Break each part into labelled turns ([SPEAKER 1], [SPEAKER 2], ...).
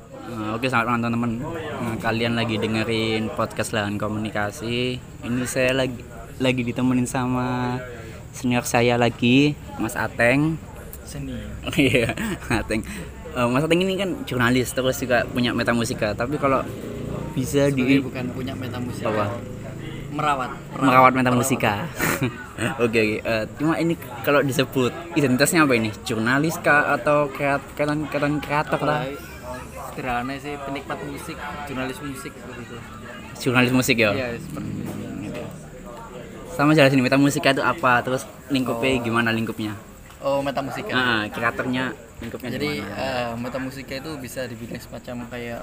[SPEAKER 1] Oke, selamat malam teman-teman. Kalian lagi dengerin podcast Lahan Komunikasi. Ini saya lagi ditemenin sama senior saya lagi, Mas Ateng. Iya, Ateng. Mas Ateng ini kan jurnalis, terus juga punya Metamusika. Tapi kalau bisa
[SPEAKER 2] bukan punya Metamusika.
[SPEAKER 1] Apa?
[SPEAKER 2] Merawat
[SPEAKER 1] Metamusika. Oke. Cuma ini kalau disebut identitasnya apa ini? Jurnalis kah atau kreator lah?
[SPEAKER 2] Sederhana sih, penikmat musik, jurnalis musik seperti itu.
[SPEAKER 1] Jurnalis musik ya?
[SPEAKER 2] Iya, seperti itu.
[SPEAKER 1] Gitu. Sama jelasin Metamusika itu apa, terus lingkupnya gimana lingkupnya?
[SPEAKER 2] Oh, Metamusika.
[SPEAKER 1] Kreatornya lingkupnya
[SPEAKER 2] Jadi
[SPEAKER 1] gimana?
[SPEAKER 2] Metamusika itu bisa dibilang semacam kayak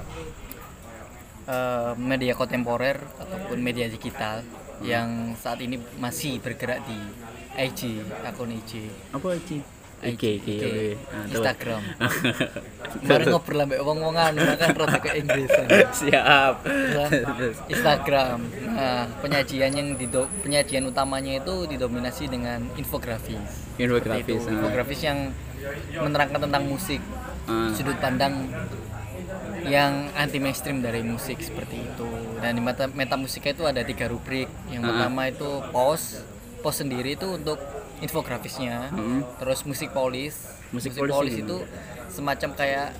[SPEAKER 2] media kontemporer ataupun media digital yang saat ini masih bergerak di IG, akun IG.
[SPEAKER 1] Apa IG? IG.
[SPEAKER 2] Instagram. Kemarin ngobrol ambek wong-wongan kan rada ke Inggris.
[SPEAKER 1] Siap.
[SPEAKER 2] Instagram. Nah, penyajian utamanya itu didominasi dengan infografis. Infografis yang menerangkan tentang musik, sudut pandang yang anti mainstream dari musik seperti itu. Dan di Metamusika itu ada 3 rubrik. Yang pertama itu post sendiri itu untuk infografisnya. Terus musik polis itu semacam kayak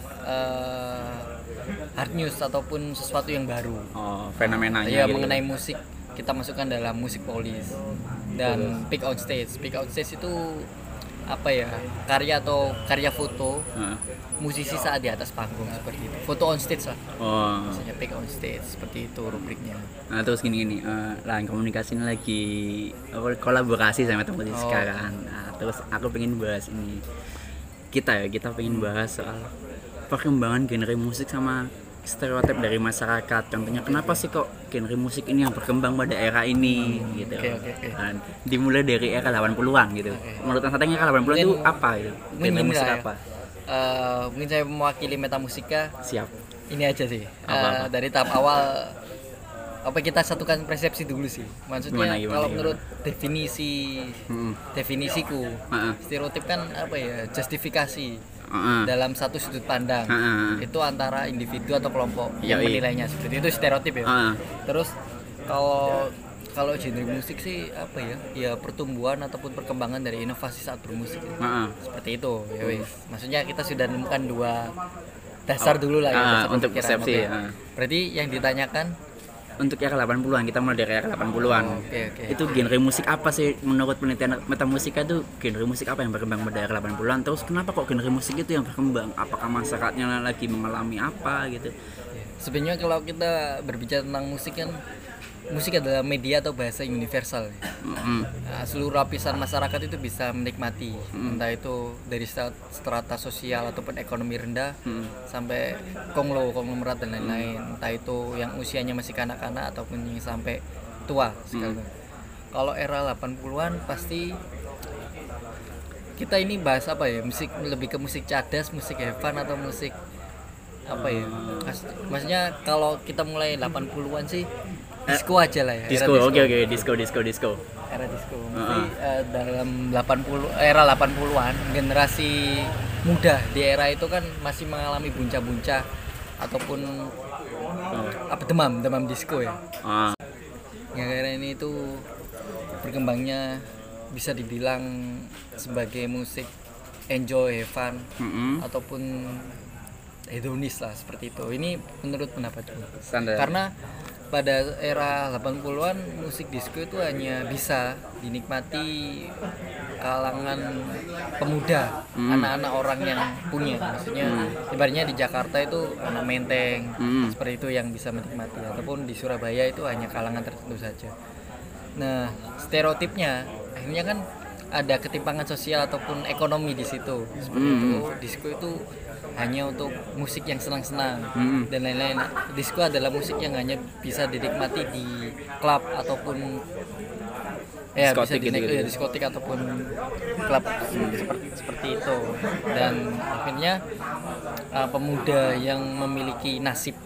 [SPEAKER 2] hard news ataupun sesuatu yang baru.
[SPEAKER 1] Fenomenanya.
[SPEAKER 2] Ya,
[SPEAKER 1] gitu.
[SPEAKER 2] mengenai musik kita masukkan dalam musik polis. Dan Peak on Stage itu apa ya, karya foto musisi saat di atas panggung seperti itu, foto on stage lah. Misalnya Peak on Stage seperti itu rubriknya.
[SPEAKER 1] Nah, terus gini Lahan Komunikasi ini lagi kolaborasi sama teman sekarang. Nah, terus aku pengen bahas ini, kita pengen bahas soal perkembangan genre musik sama stereotip dari masyarakat. Contohnya kenapa sih kok genre musik ini yang berkembang pada era ini gitu.
[SPEAKER 2] Okay.
[SPEAKER 1] Dan dimulai dari era 80-an gitu. Menurut Mas Ateng era 80-an itu apa gitu? Genre musik apa?
[SPEAKER 2] Mungkin saya mewakili Metamusika.
[SPEAKER 1] Siap.
[SPEAKER 2] Ini aja sih.
[SPEAKER 1] Apa?
[SPEAKER 2] Dari tahap awal kita satukan persepsi dulu sih. Maksudnya
[SPEAKER 1] Gimana?
[SPEAKER 2] kalau menurut definisiku, stereotip kan apa ya? Justifikasi dalam satu sudut pandang itu antara individu atau kelompok yang menilainya seperti itu, stereotip ya. Terus kalau genre musik sih apa ya? Ya pertumbuhan ataupun perkembangan dari inovasi saat bermusik. Seperti itu ya wis. Maksudnya kita sudah menemukan 2 dasar dulu lah ya,
[SPEAKER 1] untuk persepsi.
[SPEAKER 2] Berarti yang ditanyakan
[SPEAKER 1] untuk era 80-an, kita mulai dari era 80-an. Itu genre musik apa sih menurut penelitian Metamusika itu, genre musik apa yang berkembang pada era 80-an? Terus kenapa kok genre musik itu yang berkembang? Apakah masyarakatnya lagi mengalami apa gitu?
[SPEAKER 2] Sebenarnya kalau kita berbicara tentang musik kan, musik adalah media atau bahasa universal. Seluruh lapisan masyarakat itu bisa menikmati, entah itu dari strata sosial ataupun ekonomi rendah sampai konglomerat dan lain-lain, entah itu yang usianya masih kanak-kanak ataupun yang sampai tua sekali. Kalau era 80-an pasti kita ini bahas apa ya, musik lebih ke musik cadas, musik heaven atau musik apa ya, maksudnya kalau kita mulai 80-an sih disco aja lah ya.
[SPEAKER 1] Disco.
[SPEAKER 2] Era disco. Dalam era 80-an generasi muda di era itu kan masih mengalami buncah-buncah ataupun demam disco ya. Era ini itu berkembangnya bisa dibilang sebagai musik enjoy, have fun ataupun hedonis lah seperti itu. Ini menurut pendapatku. Karena pada era 80-an musik disco itu hanya bisa dinikmati kalangan pemuda, anak-anak orang yang punya, maksudnya ibaratnya di Jakarta itu anak menteng seperti itu yang bisa menikmati, ataupun di Surabaya itu hanya kalangan tertentu saja. Nah, stereotipnya akhirnya kan ada ketimpangan sosial ataupun ekonomi di situ seperti itu. Disco itu hanya untuk musik yang senang-senang dan lain-lain. Disco adalah musik yang hanya bisa dinikmati di klub ataupun
[SPEAKER 1] diskotik,
[SPEAKER 2] bisa di diskotik ataupun klub seperti itu. Dan akhirnya pemuda yang memiliki nasib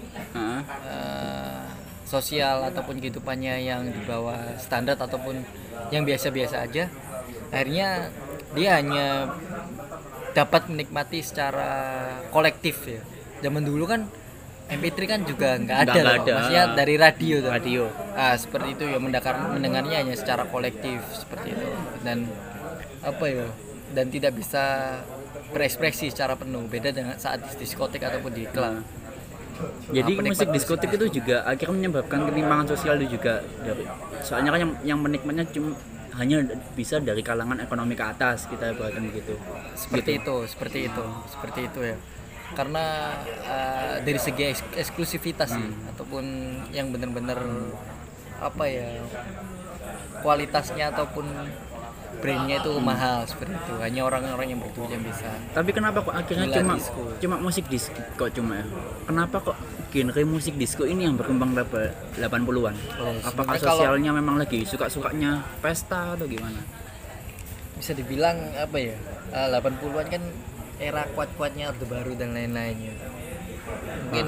[SPEAKER 2] sosial ataupun kehidupannya yang di bawah standar ataupun yang biasa-biasa aja, akhirnya dia hanya dapat menikmati secara kolektif ya. Zaman dulu kan MP3 kan juga nggak ada,
[SPEAKER 1] Nggak
[SPEAKER 2] loh.
[SPEAKER 1] ada.
[SPEAKER 2] Maksudnya dari radio tuh.
[SPEAKER 1] Radio.
[SPEAKER 2] Seperti itu ya, mendengarnya hanya secara kolektif seperti itu, dan apa ya, dan tidak bisa berekspresi secara penuh, beda dengan saat di diskotek ataupun di klub.
[SPEAKER 1] Jadi
[SPEAKER 2] penikmat
[SPEAKER 1] musik diskotik itu juga akhirnya menyebabkan ketimpangan sosial itu juga soalnya kan yang menikmatnya cuma hanya bisa dari kalangan ekonomi ke atas, kita ibaratkan begitu.
[SPEAKER 2] Seperti itu ya. Karena dari segi eksklusivitas sih, ataupun yang benar-benar apa ya, kualitasnya ataupun brandnya itu mahal seperti itu, hanya orang-orang yang berduit yang bisa.
[SPEAKER 1] Tapi kenapa kok akhirnya cuma musik disco kok cuma ya? Kenapa kok genre musik disco ini yang berkembang pada 80-an? Apakah sosialnya memang lagi suka-sukanya pesta atau gimana?
[SPEAKER 2] Bisa dibilang apa ya, 80-an kan era kuat-kuatnya Orde Baru dan lain-lainnya. Mungkin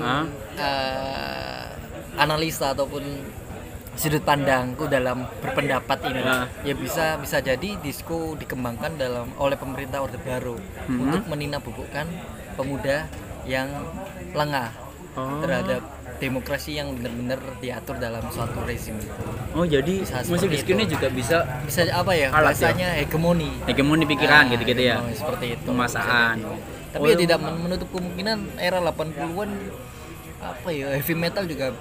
[SPEAKER 2] analisa ataupun sudut pandangku dalam berpendapat ini ya bisa jadi disco dikembangkan oleh pemerintah Orde Baru untuk meninabobokan pemuda yang lengah terhadap demokrasi yang benar-benar diatur dalam suatu rezim.
[SPEAKER 1] Jadi musik disco ini juga bisa
[SPEAKER 2] apa ya, bahasanya hegemoni
[SPEAKER 1] pikiran gitu-gitu ya.
[SPEAKER 2] Seperti itu.
[SPEAKER 1] Pemasangan.
[SPEAKER 2] Tapi ya tidak menutup kemungkinan era 80-an apa ya, heavy metal juga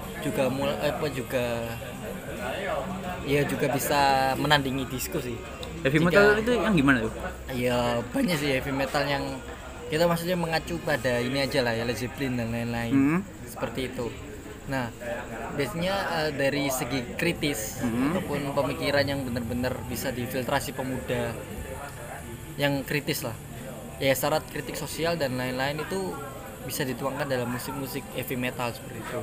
[SPEAKER 2] bisa menandingi disco sih.
[SPEAKER 1] Heavy metal itu yang gimana tuh?
[SPEAKER 2] Ya banyak sih heavy metal yang kita maksudnya mengacu pada ini aja lah ya, Led Zeppelin dan lain-lain. Seperti itu. Nah, biasanya dari segi kritis ataupun pemikiran yang benar-benar bisa difiltrasi pemuda yang kritis lah. Ya syarat kritik sosial dan lain-lain itu bisa dituangkan dalam musik-musik heavy metal seperti itu.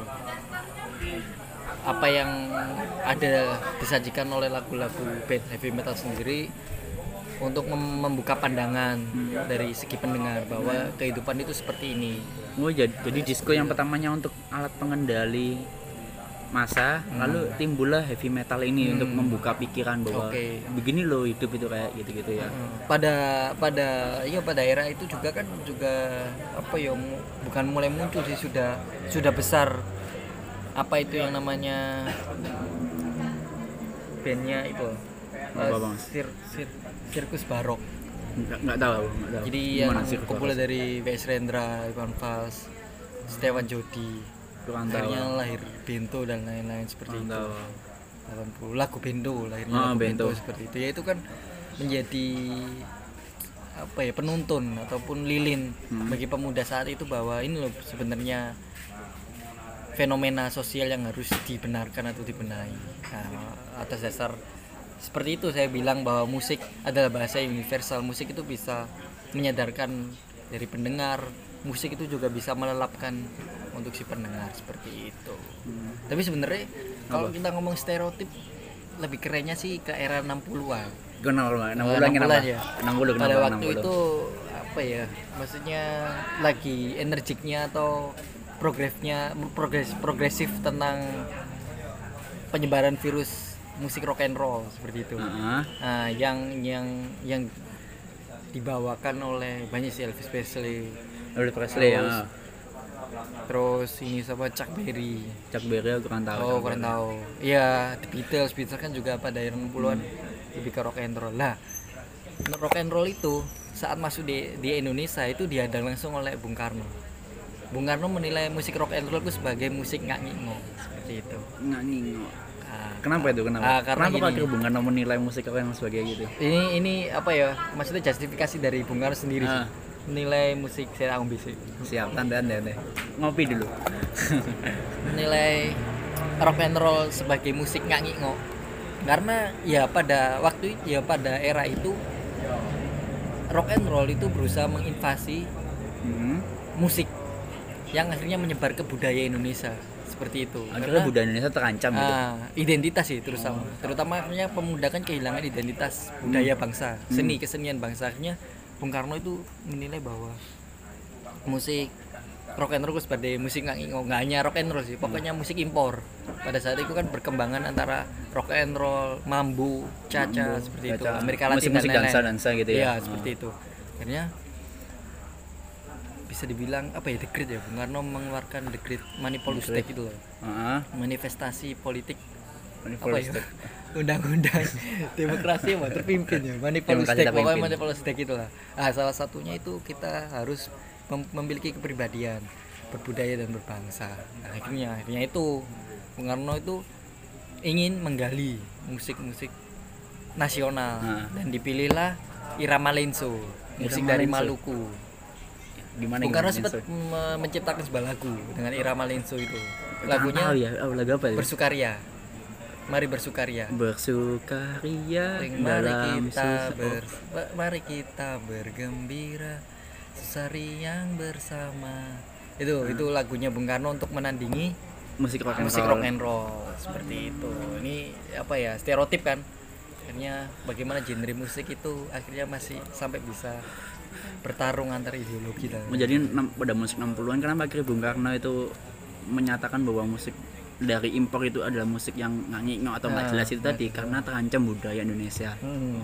[SPEAKER 2] Apa yang ada disajikan oleh lagu-lagu band heavy metal sendiri untuk membuka pandangan dari segi pendengar bahwa kehidupan itu seperti ini.
[SPEAKER 1] Jadi disco yang pertamanya untuk alat pengendali masa, lalu timbullah heavy metal ini untuk membuka pikiran bahwa begini loh hidup itu kayak gitu-gitu ya.
[SPEAKER 2] Pada era itu juga apa ya, bukan mulai muncul sih, sudah besar apa itu yang namanya bandnya itu sirkus barok.
[SPEAKER 1] Nggak tahu.
[SPEAKER 2] Jadi yang kumpulan dari W.S. Rendra, Iwan Fals, Setiawan Jodi, akhirnya lahir Bento dan lain-lain seperti itu. 80 lagu Bento lahirnya Bento seperti itu. Ya itu kan menjadi apa ya, penuntun ataupun lilin bagi pemuda saat itu bahwa ini loh sebenarnya fenomena sosial yang harus dibenarkan atau dibenahi. Atas dasar seperti itu saya bilang bahwa musik adalah bahasa universal. Musik itu bisa menyadarkan dari pendengar, musik itu juga bisa melelapkan untuk si pendengar seperti itu. Tapi sebenarnya kalau kita ngomong stereotip, lebih kerennya sih ke era 60-an.
[SPEAKER 1] Kenapa? 60-an ya. 60
[SPEAKER 2] pada waktu 60. Itu apa ya? Maksudnya lagi energiknya atau progresif tentang penyebaran virus musik rock and roll seperti itu. Yang dibawakan oleh banyak sih, Elvis Presley ya. Terus ini sama Chuck Berry
[SPEAKER 1] aku kan tahu.
[SPEAKER 2] Iya, The Beatles kan juga pada era 60-an lebih ke rock and roll. Lah, rock and roll itu saat masuk di Indonesia itu dihadang langsung oleh Bung Karno. Bung Karno menilai musik rock and roll itu sebagai musik ngak-ngingo seperti itu.
[SPEAKER 1] Ngak-ngingo. Kenapa itu? Kenapa Pak Bung Karno menilai musik rock and roll sebagai gitu?
[SPEAKER 2] Ini apa ya? Maksudnya justifikasi dari Bung Karno sendiri sih. Menilai musik saya ngombe sih.
[SPEAKER 1] Siap, tanda ngopi dulu.
[SPEAKER 2] Menilai rock and roll sebagai musik ngak-ngingo. Karena ya pada era itu rock and roll itu berusaha menginvasi musik yang akhirnya menyebar ke budaya Indonesia seperti itu.
[SPEAKER 1] Akhirnya budaya Indonesia terancam gitu.
[SPEAKER 2] Identitas sih terutama akhirnya pemuda kan kehilangan identitas budaya bangsa, kesenian bangsa. Akhirnya Bung Karno itu menilai bahwa musik rock and roll sebagai musik nggak hanya rock and roll sih, pokoknya musik impor. Pada saat itu kan berkembangan antara rock and roll, mambu, cha-cha seperti itu, Amerika Latin
[SPEAKER 1] musik-musik
[SPEAKER 2] dan lain-lain.
[SPEAKER 1] dansa gitu ya.
[SPEAKER 2] Iya, seperti itu. Akhirnya bisa dibilang apa ya, The Great ya, Bung Karno mengeluarkan The Great Manifesto gitu loh. Manifestasi politik apa ya, undang-undang demokrasi yang terpimpin ya, Manifesto pokoknya Manifesto gitu lah. Salah satunya itu kita harus memiliki kepribadian, berbudaya dan berbangsa. Akhirnya itu Bung Karno itu ingin menggali musik-musik nasional dan dipilihlah irama lenso, musik dari Maluku. Bung Karno sempat menciptakan sebuah lagu dengan irama lenso itu. Lagunya
[SPEAKER 1] lagu apa ya?
[SPEAKER 2] Bersukaria. Mari bersukaria. Mari kita bergembira sesari yang bersama. Itu lagunya Bung Karno untuk menandingi musik rock and roll seperti itu. Ini apa ya, stereotip kan. Akhirnya bagaimana genre musik itu akhirnya masih sampai bisa bertarung antar ideologi lah.
[SPEAKER 1] Menjadi pada musik 60-an kenapa akhirnya Bung Karno itu menyatakan bahwa musik dari impor itu adalah musik yang nganyik atau nggak jelas itu tadi karena terancam budaya Indonesia.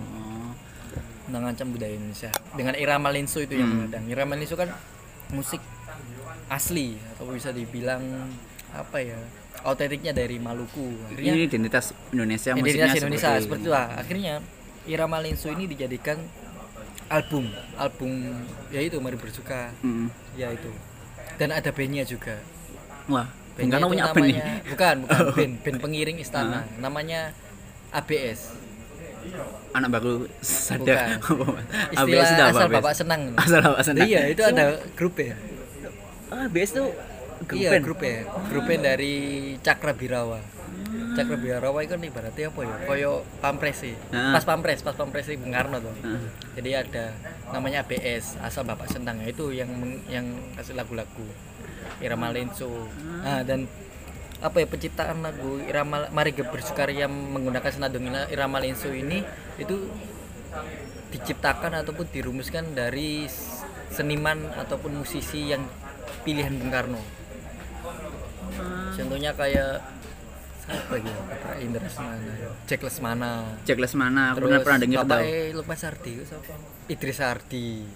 [SPEAKER 2] Mengancam budaya Indonesia dengan irama lenso itu yang mengadang. Irama lenso kan musik asli atau bisa dibilang apa ya, autentiknya dari Maluku. Akhirnya
[SPEAKER 1] ini identitas Indonesia,
[SPEAKER 2] musiknya seperti itu lah. Akhirnya irama lenso ini dijadikan album yaitu Mari Bersuka, yaitu, dan ada bandnya juga.
[SPEAKER 1] Wah, Bung Karno punya apa nih?
[SPEAKER 2] Bukan band pengiring istana, namanya ABS.
[SPEAKER 1] Anak baru sadar.
[SPEAKER 2] ABS itu asal Bapak Senang.
[SPEAKER 1] Asal Bapak Senang.
[SPEAKER 2] Iya, itu ada grup ya.
[SPEAKER 1] ABS itu
[SPEAKER 2] grup band dari Cakra Birawa. Cakra Birawa itu kan ibaratnya apa ya? Koyo pampres sih. Pas pampres Bung Karno tuh. Jadi ada namanya ABS, asal Bapak Senang. Itu yang kasih lagu-lagu irama lenso. Dan apa ya, penciptaan lagu irama Mari Bersukaria menggunakan senandung irama lenso ini itu diciptakan ataupun dirumuskan dari seniman ataupun musisi yang pilihan Bung Karno. Contohnya kayak siapa gitu, Indra Lesmana, Jack Lesmana.
[SPEAKER 1] Terus pernah dengar
[SPEAKER 2] Bapak Lukman Sardi, siapa? Idris Sardi.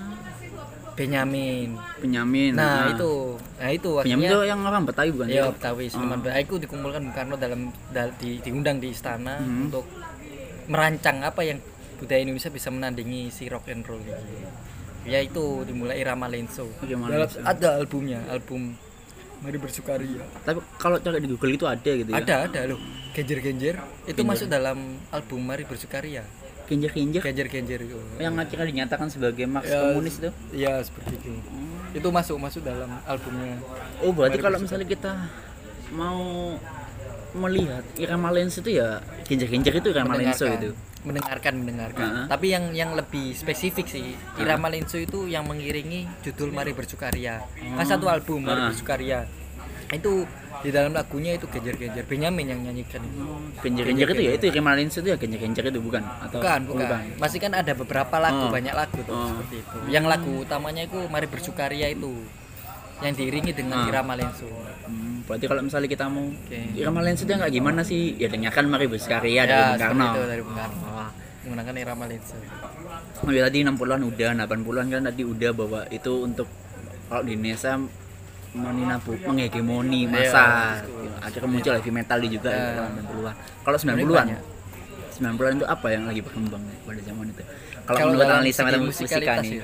[SPEAKER 2] Benyamin. Nah, itu
[SPEAKER 1] Benyamin itu yang orang Betawi bukan?
[SPEAKER 2] Iya, Betawi. Seniman Betawi itu dikumpulkan Bung Karno diundang di istana untuk merancang apa yang budaya Indonesia bisa menandingi si rock and roll gitu. Ya itu dimulai irama lenso. Ada albumnya, album Mari Bersukaria.
[SPEAKER 1] Tapi kalau cari di Google itu ada gitu ya?
[SPEAKER 2] Ada loh. Genjer itu masuk dalam album Mari Bersukaria. Genjer itu.
[SPEAKER 1] Yang akhirnya dinyatakan sebagai maks komunis itu?
[SPEAKER 2] Iya, seperti itu. Itu masuk dalam albumnya.
[SPEAKER 1] Oh, berarti kalau misalnya kita mau melihat irama lenso itu ya genjer itu irama lenso itu.
[SPEAKER 2] Mendengarkan. Tapi yang lebih spesifik sih, irama lenso itu yang mengiringi judul Mari Bersukaria. Kan satu album Mari Bersukaria. Itu di dalam lagunya itu genjer Benyamin yang nyanyikan.
[SPEAKER 1] Genjer itu ya, itu irama lenso itu ya genjer itu bukan? Atau
[SPEAKER 2] bukan. Masih kan ada beberapa lagu, banyak lagu tuh seperti itu. Yang lagu utamanya itu Mari Bersukaria itu yang diiringi dengan irama lenso.
[SPEAKER 1] Berarti kalau misalnya kita mau irama lenso itu nggak gimana sih? Ya dengarkan Mari Bersukaria dari Bung Karno.
[SPEAKER 2] Dari Bung Karno. Menggunakan irama lenso.
[SPEAKER 1] Ya tadi 60-an udah, 80-an kan tadi udah bahwa itu untuk kalau di Indonesia menghegemoni masa. Akhirnya muncul heavy metal juga di 80-an. Kalau 90-an itu apa yang lagi berkembang pada zaman itu? Kalau menurut analisa musika nih.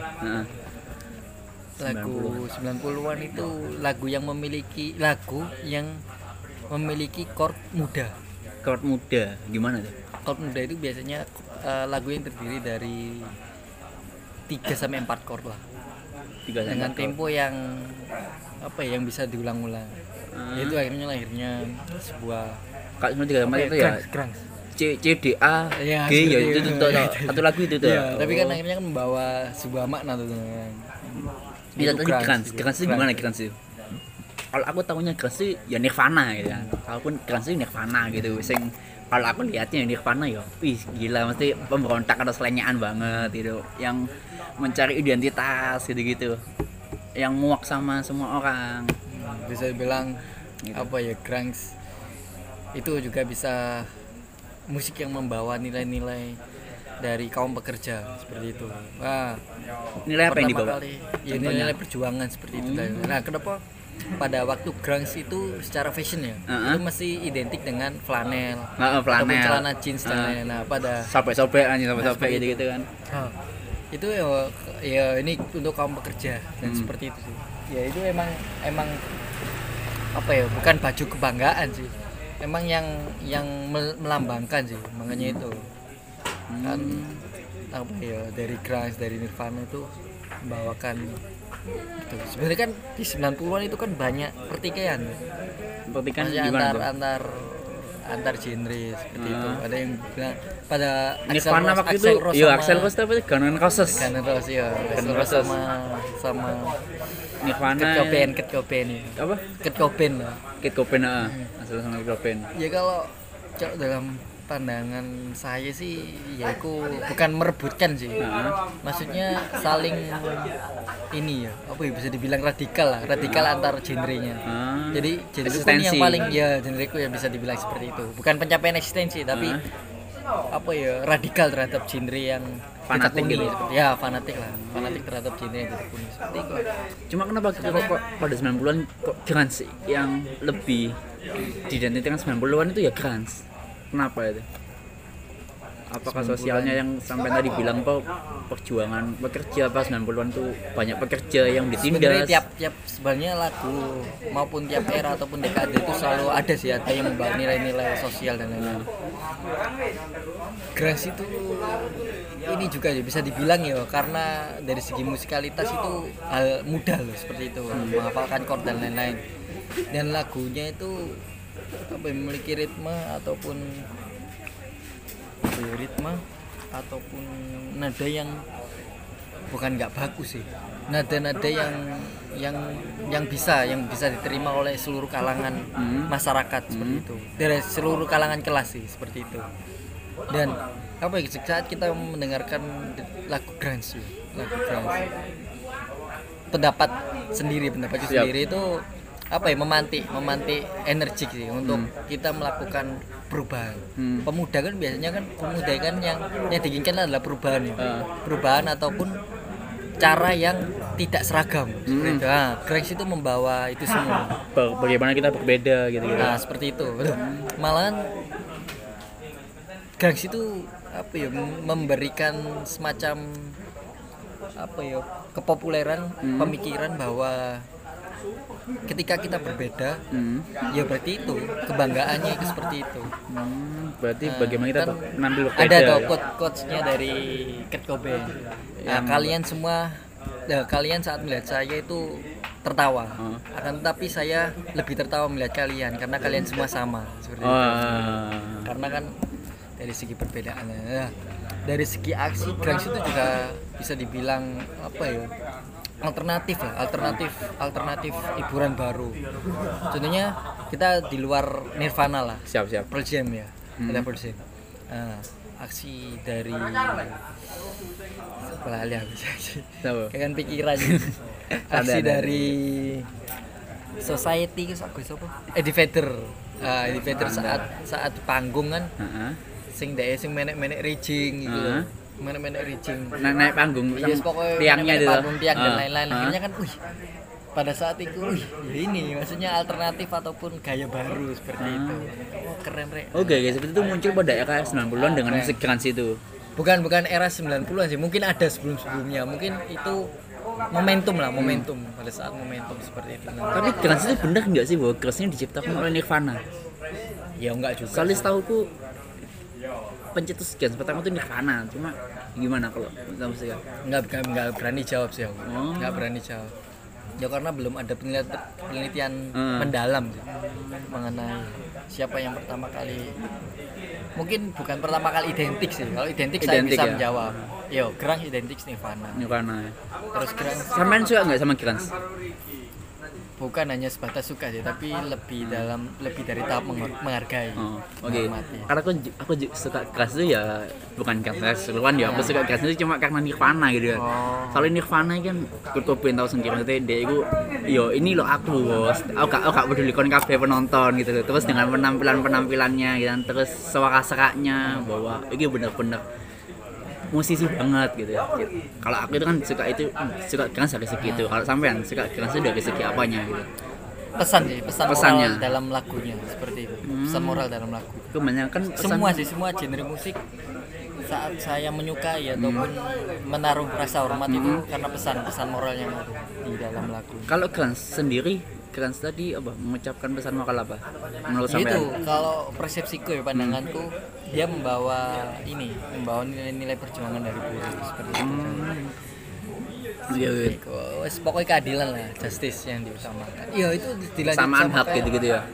[SPEAKER 2] Lagu 90-an itu lagu yang memiliki chord muda.
[SPEAKER 1] Chord muda gimana tuh?
[SPEAKER 2] Chord muda itu biasanya lagu yang terdiri dari 3 sampai 4 chord lah. Dengan tempo yang apa ya, yang bisa diulang-ulang. Itu lahirnya sebuah
[SPEAKER 1] kalau 3 sama itu ya C D A G ya itu satu lagu itu tuh.
[SPEAKER 2] Tapi kan akhirnya kan membawa sebuah makna tuh.
[SPEAKER 1] Iya, tadi Grunge itu gimana Grunge itu? Kalau aku tahunya Grunge itu ya Nirvana gitu kan. Kalaupun Grunge itu Nirvana gitu. Kalau aku lihatnya Nirvana ya, gila, mesti pemberontak atau selengean banget gitu. Yang mencari identitas gitu-gitu. Yang muak sama semua orang.
[SPEAKER 2] Bisa dibilang gitu. Apa ya, Grunge itu juga bisa musik yang membawa nilai-nilai dari kaum pekerja seperti itu. Nah,
[SPEAKER 1] Nilai apa yang
[SPEAKER 2] pertama
[SPEAKER 1] dibawa?
[SPEAKER 2] kali ya nilai perjuangan seperti itu. Nah, kenapa pada waktu grunge itu secara fashion ya itu masih identik dengan flanel, ataupun
[SPEAKER 1] Flanel.
[SPEAKER 2] celana jeans dan lain-lain. Nah, pada
[SPEAKER 1] Sobek-sobek anjing, sobek-sobek gitu kan.
[SPEAKER 2] itu ya ini untuk kaum pekerja dan seperti itu sih. Ya itu emang apa ya, bukan baju kebanggaan sih, emang yang melambangkan sih, makanya itu kan apa ya, dari grunge, dari Nirvana itu membawakan itu. Sebenarnya kan di 90-an itu kan banyak pertikaian,
[SPEAKER 1] Pertikan
[SPEAKER 2] maksudnya
[SPEAKER 1] gimana tuh?
[SPEAKER 2] antar genre seperti itu. Ada yang bilang pada
[SPEAKER 1] Nirvana waktu itu, Axl Rose apa itu? Guns N' Roses.
[SPEAKER 2] Guns N' Roses ya, Axl Rose sama
[SPEAKER 1] Nirvana.
[SPEAKER 2] Kurt Cobain ya.
[SPEAKER 1] Apa?
[SPEAKER 2] Kurt Cobain lah.
[SPEAKER 1] Kurt Cobain Axl sama Kurt Cobain.
[SPEAKER 2] Ya kalau dalam pandangan saya sih ya itu bukan merebutkan sih, maksudnya saling ini ya, apa ya, bisa dibilang radikal antar genrenya. Jadi genreku yang paling ya, genreku yang bisa dibilang seperti itu, bukan pencapaian eksistensi tapi apa ya, radikal terhadap genre yang
[SPEAKER 1] Fanatik gitu.
[SPEAKER 2] ya, fanatik terhadap genre yang ditekuni seperti itu.
[SPEAKER 1] Cuma kenapa kok pada 90-an kok grunge yang lebih diidentikan 90-an itu ya grunge? Kenapa itu? Apakah sosialnya yang sampai tadi bilang kok perjuangan pekerja pas 90-an tuh banyak pekerja yang ditindas?
[SPEAKER 2] Sebenarnya tiap sebenarnya lagu maupun tiap era ataupun dekade itu selalu ada sih, ada yang membawa nilai-nilai sosial dan lain-lain. Grunge itu ini juga ya bisa dibilang ya, karena dari segi musikalitas itu hal mudah loh seperti itu, menghafalkan chord dan lain-lain. Dan lagunya itu apa, memiliki ritme ataupun nada yang bukan nggak bagus sih, nada-nada yang bisa diterima oleh seluruh kalangan masyarakat seperti itu, dari seluruh kalangan kelas sih seperti itu. Dan apa ya, saat kita mendengarkan lagu grunge pendapat sendiri itu apa ya, memantik energi sih untuk kita melakukan perubahan. Pemuda kan biasanya yang diinginkan adalah perubahan ataupun cara yang tidak seragam seperti itu. Grunge itu membawa itu semua.
[SPEAKER 1] Bagaimana kita berbeda gitu.
[SPEAKER 2] Nah, seperti itu. Malahan grunge itu apa ya, memberikan semacam apa ya, kepopuleran pemikiran bahwa ketika kita berbeda, ya berarti itu kebanggaannya itu seperti itu.
[SPEAKER 1] Berarti bagaimana kita menampil berbeda?
[SPEAKER 2] Ada tuh quotes-nya dari Kurt Cobain. Nah, kalian saat melihat saya itu tertawa, akan tetapi saya lebih tertawa melihat kalian karena kalian semua sama seperti itu. Karena kan dari segi perbedaannya. Nah, dari segi aksi, grunge itu juga bisa dibilang apa ya, alternatif hiburan baru. Contohnya kita di luar Nirvana lah,
[SPEAKER 1] siap
[SPEAKER 2] Pearl Jam ya, ada Pearl Jam. Aksi dari pelali aku kan pikiran. Aksi dari Society aku siapa? Eddie Vedder saat panggung kan, sing menek rigging gitu. Menek rigging
[SPEAKER 1] naik panggung,
[SPEAKER 2] yes,
[SPEAKER 1] tiangnya itu,
[SPEAKER 2] tiang dan lain-lain. Akhirnya kan pada saat itu ini maksudnya alternatif ataupun gaya baru seperti itu. Keren rek.
[SPEAKER 1] Gaya seperti itu muncul pada era 90-an dengan musik grunge itu.
[SPEAKER 2] Bukan era 90-an sih, mungkin ada sebelumnya, mungkin itu momentum pada saat momentum seperti itu.
[SPEAKER 1] Tapi grunge itu benar nggak sih bahwa grunge-nya diciptakan oleh Nirvana?
[SPEAKER 2] Ya enggak juga.
[SPEAKER 1] Soalnya setahuku pencetus grunge pertama itu Nirvana, cuma gimana kalau kamu sih?
[SPEAKER 2] Enggak berani jawab sih aku. Enggak berani jawab. Ya karena belum ada penelitian mendalam sih mengenai siapa yang pertama kali. Mungkin bukan pertama kali identik sih. Kalau identik saya bisa menjawab. Yo, grunge identik Nirvana. Terus grunge.
[SPEAKER 1] Sampean suka nggak sama grunge?
[SPEAKER 2] Bukan hanya sebatas suka sih, tapi lebih dari tahap menghargai.
[SPEAKER 1] Oke. Karena aku suka grunge itu ya bukan karena keseluruhan ya, aku suka grunge itu cuma karena Nirvana gitu kan. Soalnya Nirvana kan Kurt Cobain tahu sendiri dia itu, yo ini loh aku bos, aku gak peduli kon kabeh penonton gitu. Terus dengan penampilannya gitu, terus suara seraknya bahwa ini bener-bener musisi banget gitu ya. Kalau aku itu kan suka grunge dari segi itu. Kalau sampean suka grunge dari segi apanya gitu?
[SPEAKER 2] Pesannya moral dalam lagunya seperti itu. Pesan moral dalam lagu.
[SPEAKER 1] Kebanyakan
[SPEAKER 2] semua genre musik saat saya menyukai ataupun menaruh rasa hormat itu karena pesan moral yang ada di dalam lagu.
[SPEAKER 1] Kalau grunge sendiri, grunge tadi apa? Mengucapkan pesan moral apa? Menurut sampean?
[SPEAKER 2] Itu kalau persepsiku ya, pandanganku dia membawa nilai-nilai perjuangan dari buruh seperti itu.
[SPEAKER 1] Iya.
[SPEAKER 2] Pokoknya keadilan lah, justice yang diutamakan. Iya itu dilanjut
[SPEAKER 1] samaan hak gitu-gitu ya.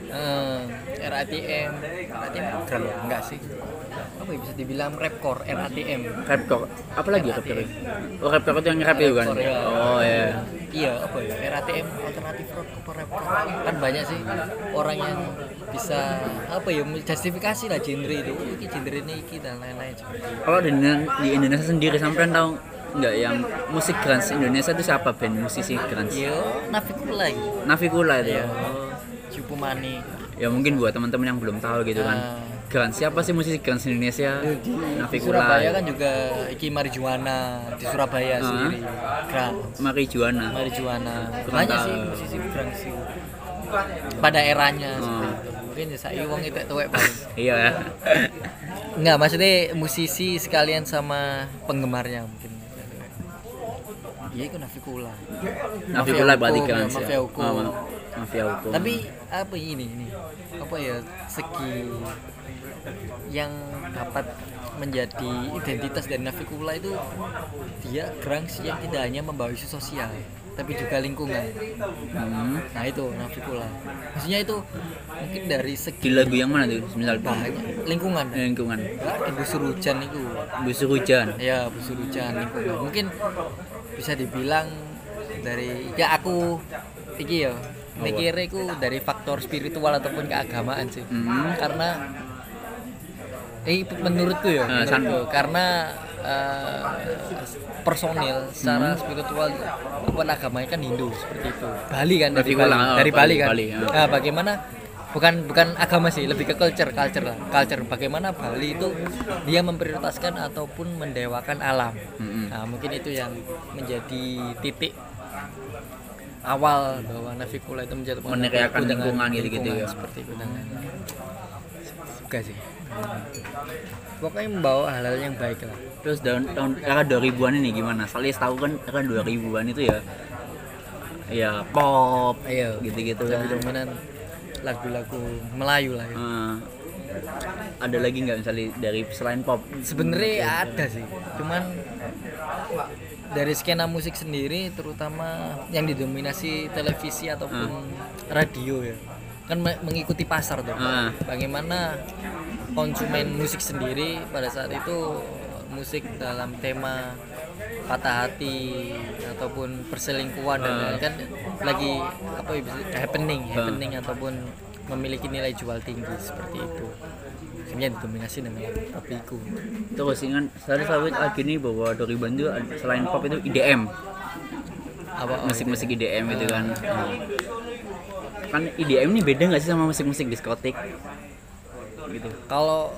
[SPEAKER 2] RATM program ya? Enggak sih. Apa ya, bisa dibilang rapcore, RATM.
[SPEAKER 1] Rapcore. Apa lagi rapcore? Oh, rapcore itu yang rap itu kan.
[SPEAKER 2] Ya.
[SPEAKER 1] Oh ya.
[SPEAKER 2] Iya, apa ya? RATM alternatif rock apa rapcore. Kan banyak sih orang yang bisa justifikasi lah genre itu. Iki genre ini dan lain-lain.
[SPEAKER 1] Kalau di Indonesia sendiri sampean tahu enggak yang musik grunge Indonesia itu siapa band musisi grunge?
[SPEAKER 2] Yo,
[SPEAKER 1] Navikula itu ya.
[SPEAKER 2] Cupu Mani.
[SPEAKER 1] Ya mungkin buat teman-teman yang belum tahu gitu kan. Grunge siapa sih musisi grunge Indonesia? Navikula.
[SPEAKER 2] Surabaya kan juga Iki Marijuana di Surabaya sendiri. Grunge. Marijuana. Banyak sih musisi grunge sih. Pada eranya mungkin saya wong itu tuwek paling.
[SPEAKER 1] Iya.
[SPEAKER 2] Enggak, maksudnya musisi sekalian sama penggemarnya mungkin. Iya itu Navikula
[SPEAKER 1] berarti kan
[SPEAKER 2] Mafia Hukum. Tapi apa ini apa ya, segi yang dapat menjadi identitas dari Navikula itu dia grunge yang tidak hanya membawa isu sosial tapi juga lingkungan. Nah itu Navikula, maksudnya itu mungkin dari segi
[SPEAKER 1] di lagu yang mana tuh misal
[SPEAKER 2] banyak lingkungan busur hujan ya busur hujan lingkungan mungkin bisa dibilang dari aku iki ya mikirnya itu dari faktor spiritual ataupun keagamaan sih. Karena menurutku karena personil secara spiritual ataupun agamanya kan Hindu seperti itu. Bali kan dari Bali kan. Nah, bagaimana bukan agama sih, lebih ke culture. Bagaimana Bali itu dia memprioritaskan ataupun mendewakan alam. Nah, mungkin itu yang menjadi titik awal bahwa Navikula itu menjadi
[SPEAKER 1] meneriakan lingkungan gitu ya.
[SPEAKER 2] Seperti itu dan suka sih. Pokoknya membawa hal-hal yang baik lah.
[SPEAKER 1] Terus tahun era 2000-an ini gimana? Soalnya setahu kan era 2000-an itu ya pop gitu-gitu kan.
[SPEAKER 2] Dominan lagu-lagu Melayu lah ya.
[SPEAKER 1] Ada lagi nggak misalnya dari selain pop?
[SPEAKER 2] Sebenarnya ada sih, cuman dari skena musik sendiri terutama yang didominasi televisi ataupun radio ya kan mengikuti pasar tuh. Bagaimana konsumen musik sendiri pada saat itu musik dalam tema patah hati ataupun perselingkuhan dan kan lagi happening ataupun memiliki nilai jual tinggi seperti itu. Sebenarnya didominasi dengan topiku.
[SPEAKER 1] Terus ingat saya selalu lagi nih bahwa 2000-an itu selain pop itu IDM. Musik-musik IDM itu kan. Kan IDM ini beda nggak sih sama musik-musik diskotik? Gitu.
[SPEAKER 2] Kalau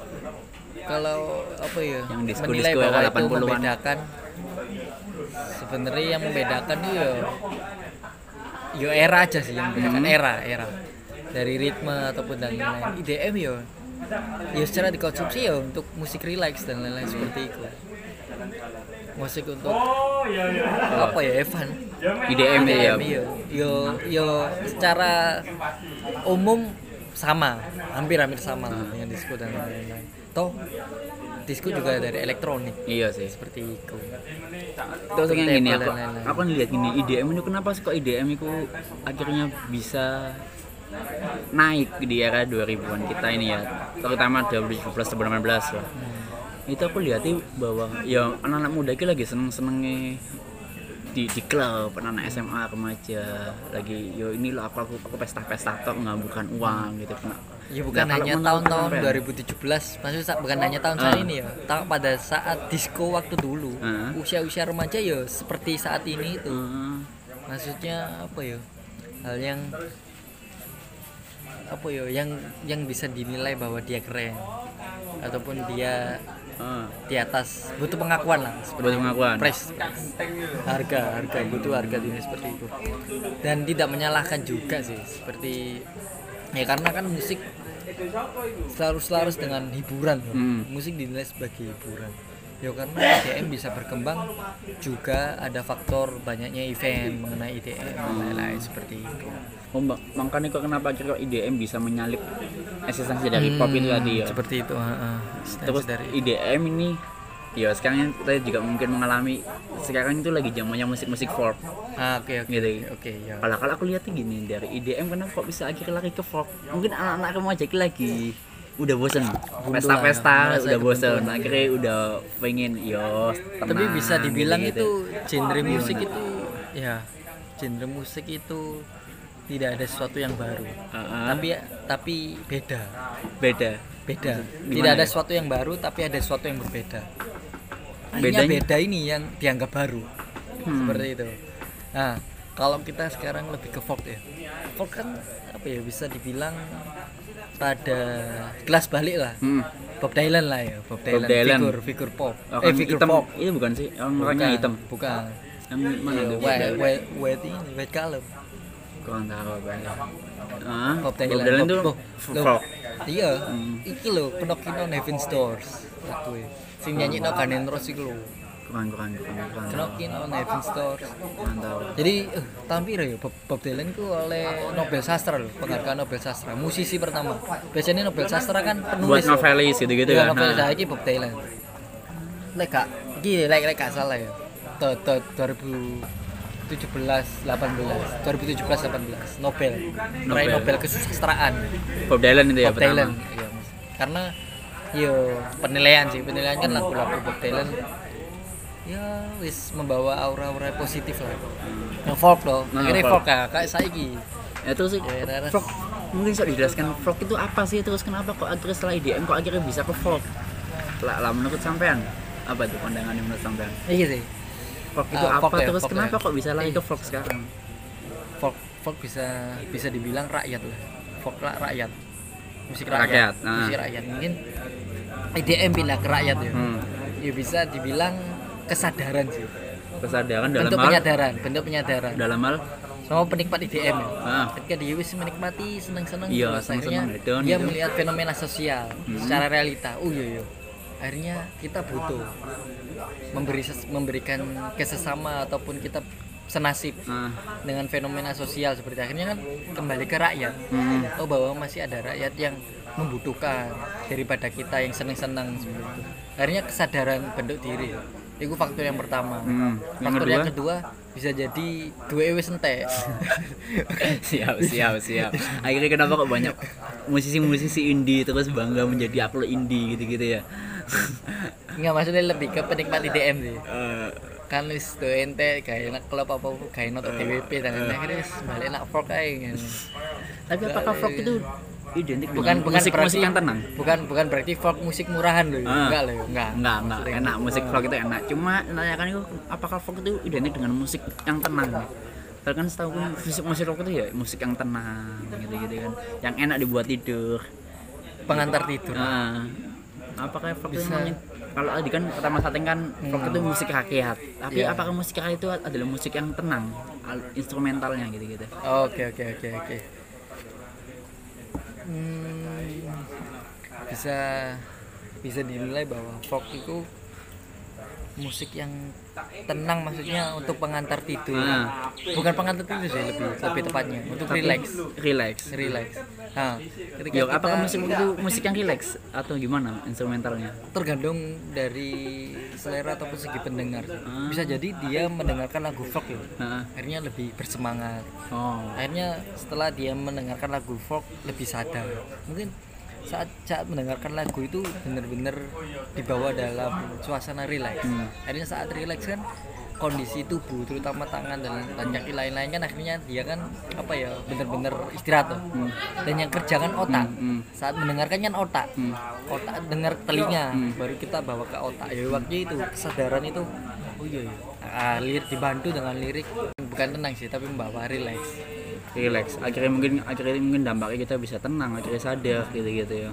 [SPEAKER 1] yang
[SPEAKER 2] menilai bahwa itu membedakan, sebenarnya yang membedakan itu ya era aja sih yang membedakan era dari ritme ataupun dan lain-lain. IDM ya secara dikonsumsi ya untuk musik relax dan lain-lain seperti itu. Musik untuk Evan
[SPEAKER 1] IDM
[SPEAKER 2] ya secara umum sama, hampir sama dengan disco dan lain-lain. Toh disco juga dari elektronik.
[SPEAKER 1] Iya sih.
[SPEAKER 2] Seperti itu.
[SPEAKER 1] Terus yang gini aku lihat gini, IDM itu kenapa sih kok IDM itu akhirnya bisa naik di era 2000-an kita ini ya, terutama 2017-2018 lah. Itu aku lihat bahwa ya anak-anak muda itu lagi seneng-senengnya di klub, anak SMA remaja lagi ini loh aku pesta-pesta tok ngambukan uang gitu.
[SPEAKER 2] Ya bukan hanya tahun-tahun 2017, maksudnya bukan hanya tahun saat ini ya. Pada saat disco waktu dulu, usia-usia remaja ya seperti saat ini itu. Maksudnya hal yang apa ya yang bisa dinilai bahwa dia keren ataupun dia di atas, butuh pengakuan lah,
[SPEAKER 1] butuh pengakuan,
[SPEAKER 2] harga butuh harga diri seperti itu, dan tidak menyalahkan juga sih, seperti ya karena kan musik selaras dengan hiburan, musik dinilai sebagai hiburan ya, karena IDM bisa berkembang juga ada faktor banyaknya event mengenai IDM dan lain-lain seperti itu.
[SPEAKER 1] Makanya kok kenapa kira IDM bisa menyalip esensi dari pop itu tadi ya.
[SPEAKER 2] Seperti itu.
[SPEAKER 1] Terus dari IDM ini, ya sekarang kita juga mungkin mengalami sekarang itu lagi zamannya musik-musik folk.
[SPEAKER 2] Oke.
[SPEAKER 1] Gitu.
[SPEAKER 2] Ya.
[SPEAKER 1] Kalau aku lihatnya gini, dari IDM kenapa kok bisa akhirnya lari ke folk? Mungkin anak-anak remaja lagi udah bosen pesta-pesta, udah bosen, akhirnya udah pengen tenang.
[SPEAKER 2] Tapi bisa dibilang
[SPEAKER 1] gitu.
[SPEAKER 2] itu genre musik itu ya, genre musik itu tidak ada sesuatu yang baru, tapi beda. Tidak ada sesuatu yang baru, tapi ada sesuatu yang berbeda. Akhirnya beda ini yang dianggap baru, seperti itu. Nah, kalau kita sekarang lebih ke folk ya, folk kan apa ya, bisa dibilang pada kelas balik lah. Bob Dylan lah ya, Bob Dylan. Figur pop. Figur
[SPEAKER 1] hitam.
[SPEAKER 2] pop.
[SPEAKER 1] Itu bukan sih? Orangnya hitam.
[SPEAKER 2] Bukan.
[SPEAKER 1] Yang mana itu?
[SPEAKER 2] White color.
[SPEAKER 1] Kurang tahu apa ya.
[SPEAKER 2] Bob
[SPEAKER 1] Dylan itu folk.
[SPEAKER 2] Iya. Iki lho, Knockin' on Heaven's Doors. Aku sing nyanyikno Guns N' Roses iku lho.
[SPEAKER 1] Kurang.
[SPEAKER 2] Knockin' on Heaven's Doors.
[SPEAKER 1] Mantap.
[SPEAKER 2] Jadi tahun piro ya Bob Dylan ku oleh Nobel Sastra lho, penghargaan Nobel Sastra. Musisi pertama. Biasanya Nobel Sastra kan penulis.
[SPEAKER 1] Buat novelis gitu-gitu
[SPEAKER 2] ya.
[SPEAKER 1] Kan.
[SPEAKER 2] Novelis iki Bob Dylan. Lek gak salah ya. 2017 18 Nobel kesusastraan.
[SPEAKER 1] Bob Dylan itu ya
[SPEAKER 2] Bob Dylan, iya. Karena penilaian kan lagu-lagu Bob Dylan ya wis membawa aura-aura positif lah. Yang folk loh, akhirnya folk kayak saiki.
[SPEAKER 1] Ya terus sih, folk mungkin bisa dijelaskan folk itu apa sih, terus kenapa kok akhirnya setelah IDM kok akhirnya bisa ke folk? Lah menurut sampean apa tuh pandangannya menurut sampean?
[SPEAKER 2] Iya sih.
[SPEAKER 1] Folk itu apa, terus kenapa kok bisa lagi ke folk sekarang?
[SPEAKER 2] Folk bisa dibilang rakyat lah. Folk rakyat. Musik rakyat. Musik rakyat. Mungkin IDM pindah ke rakyat ya. Ya bisa dibilang kesadaran sih.
[SPEAKER 1] Kesadaran dalam
[SPEAKER 2] bentuk penyadaran.
[SPEAKER 1] Dalam hal
[SPEAKER 2] sama penikmat IDM ya. Ketika dia wis menikmati senang-senang, akhirnya dia melihat fenomena sosial secara realita. Akhirnya kita butuh memberikan kesesama ataupun kita senasib dengan fenomena sosial seperti akhirnya kan kembali ke rakyat. Bahwa masih ada rakyat yang membutuhkan daripada kita yang senang-senang seperti itu. Akhirnya kesadaran bentuk diri. Itu faktor yang pertama. Faktor yang kedua bisa jadi dua wis entek.
[SPEAKER 1] siap. Akhirnya kenapa kok banyak musisi indie terus bangga menjadi aktor indie gitu-gitu ya?
[SPEAKER 2] Enggak, maksudnya lebih ke penikmat IDM sih. Kan wis do ente kayak klub apa kayak not DWP dan akhirnya wis balik nak folk ae.
[SPEAKER 1] Tapi apakah folk itu identik
[SPEAKER 2] bukan
[SPEAKER 1] musik yang tenang?
[SPEAKER 2] Bukan berarti folk musik murahan loh. Enggak.
[SPEAKER 1] Enak, musik folk itu enak. Cuma nanyakan itu apakah folk itu identik dengan musik yang tenang? Karena kan setahu musik folk itu ya musik yang tenang gitu kan, yang enak dibuat tidur,
[SPEAKER 2] pengantar tidur.
[SPEAKER 1] Apakah folk itu kalau tadi kan pertama setting kan folk itu musik rakyat, tapi apakah musik rakyat itu adalah musik yang tenang, instrumentalnya gitu?
[SPEAKER 2] Oke. Bisa dinilai bahwa folk itu musik yang tenang, maksudnya untuk pengantar tidur. Bukan pengantar tidur sih, lebih tepatnya untuk relax. Ketika
[SPEAKER 1] apakah musik itu musik yang relax atau gimana instrumentalnya?
[SPEAKER 2] Tergantung dari selera ataupun segi pendengar. Bisa jadi dia mendengarkan lagu folk ya, akhirnya lebih bersemangat. Akhirnya setelah dia mendengarkan lagu folk lebih sadar. Mungkin saat mendengarkan lagu itu benar-benar dibawa dalam suasana rileks. Akhirnya saat rileks kan kondisi tubuh terutama tangan dan kaki lain-lain kan akhirnya dia kan benar-benar istirahat. Dan yang kerja kan otak. Saat mendengarkan kan otak dengar telinga, baru kita bawa ke otak. Ya waktu itu kesadaran itu dibantu dengan lirik, bukan tenang sih tapi membawa rileks.
[SPEAKER 1] relax. Akhirnya mungkin dampaknya kita bisa tenang, akhirnya sadar gitu ya.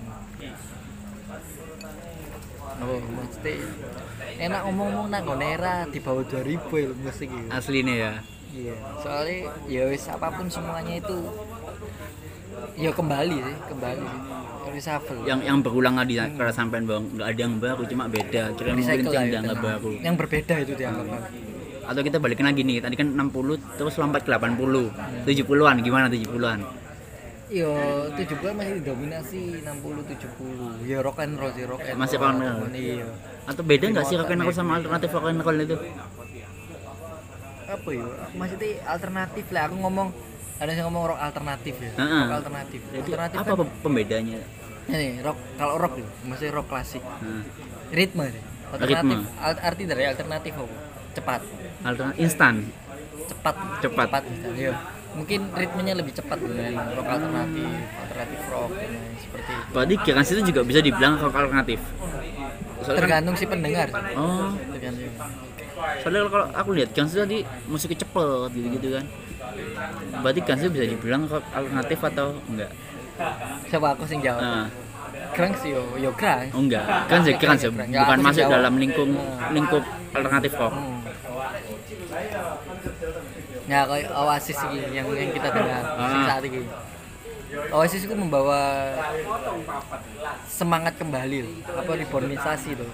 [SPEAKER 2] Oh, mesti enak ngomong-ngomong nang era di bawah 2000 ya musik itu.
[SPEAKER 1] Aslinya ya.
[SPEAKER 2] Iya, soalnya ya wis apapun semuanya itu ya kembali sih. Reshuffle.
[SPEAKER 1] Yang berulang tadi karena sampean bang nggak ada yang baru, cuma beda. Kira mungkin
[SPEAKER 2] Recycle lah,
[SPEAKER 1] yang nggak baru.
[SPEAKER 2] Yang berbeda itu dianggap.
[SPEAKER 1] Atau kita balikin lagi nih, tadi kan 60 terus lompat ke 80, 70-an gimana 70-an?
[SPEAKER 2] Yo, 70 masih didominasi 60-70. Ya rock and roll sih, rock and
[SPEAKER 1] Masih
[SPEAKER 2] roll.
[SPEAKER 1] rock and roll.
[SPEAKER 2] Iya.
[SPEAKER 1] Atau beda nggak sih rock and roll sama alternatif rock and roll itu?
[SPEAKER 2] Apa ya? Maksudnya alternatif lah. Aku ngomong ada yang ngomong rock alternatif ya. Rock alternatif.
[SPEAKER 1] Jadi
[SPEAKER 2] Alternatif
[SPEAKER 1] apa
[SPEAKER 2] kan,
[SPEAKER 1] pembedanya?
[SPEAKER 2] ini rock, kalau rock ya, maksudnya rock klasik. Ritme sih.
[SPEAKER 1] Ritme.
[SPEAKER 2] Arti dari alternatif apa? Cepat.
[SPEAKER 1] Alternatif instan.
[SPEAKER 2] Cepat. Iya. Mungkin ritmenya lebih cepat dengan rock alternatif rock seperti itu.
[SPEAKER 1] Berarti Guns itu juga bisa dibilang rock alternatif. Soalnya
[SPEAKER 2] Tergantung si pendengar.
[SPEAKER 1] Oh.
[SPEAKER 2] Tergantung.
[SPEAKER 1] Soalnya kalau aku lihat Guns itu tadi musiknya cepet gitu kan. Berarti Guns itu bisa dibilang rock alternatif atau enggak?
[SPEAKER 2] Siapa aku sing jawab? Grunge sih yo grunge.
[SPEAKER 1] Oh enggak. Guns ya, bukan masuk dalam lingkup alternatif rock.
[SPEAKER 2] Ya kayak Oasis ini yang kita dengar saat ini. Oasis itu membawa semangat kembali loh. Apa rebornisasi loh.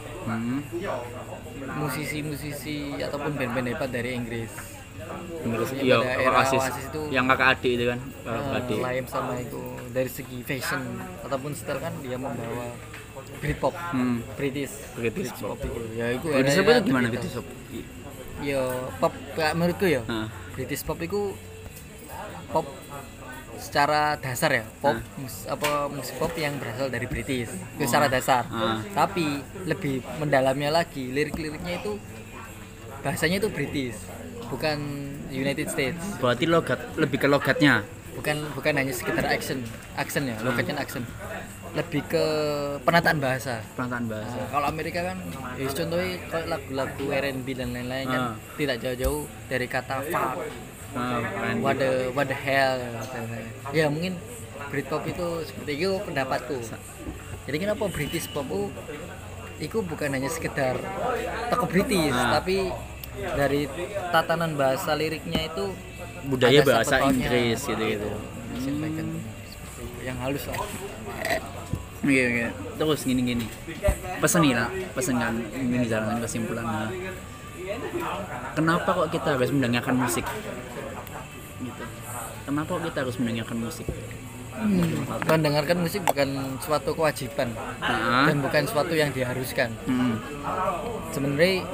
[SPEAKER 2] Musisi-musisi ataupun band-band hebat dari Inggris.
[SPEAKER 1] Iya, Oasis itu yang kakak adik itu kan, adik.
[SPEAKER 2] Liam sama itu dari segi fashion ataupun style kan dia membawa Britpop, British pop itu. Ya itu.
[SPEAKER 1] British pop itu gimana British pop?
[SPEAKER 2] Ya pop menurutku ya. British pop itu pop secara dasar ya, pop musik pop yang berasal dari British. Itu secara dasar. Tapi lebih mendalamnya lagi, lirik-liriknya itu bahasanya itu British, bukan United States.
[SPEAKER 1] Berarti lebih ke logatnya.
[SPEAKER 2] Bukan hanya sekitar accent ya, logatnya accent. Lebih ke penataan bahasa. Kalau Amerika kan, contohnya kayak lagu-lagu R&B dan lain-lain kan tidak jauh-jauh dari kata fuck, what the hell. Ya mungkin Britpop itu seperti itu pendapatku. Jadi kenapa British pop itu bukan hanya sekedar toko British, tapi dari tatanan bahasa liriknya itu
[SPEAKER 1] budaya bahasa Inggris gitu.
[SPEAKER 2] Yang halus lah.
[SPEAKER 1] Iya. Terus gini. Pesan kan ini jalan kesimpulannya. Kenapa kok kita harus mendengarkan musik? Gitu. Kenapa kok kita harus mendengarkan musik?
[SPEAKER 2] Mendengarkan musik bukan suatu kewajiban dan bukan suatu yang diharuskan. Sebenarnya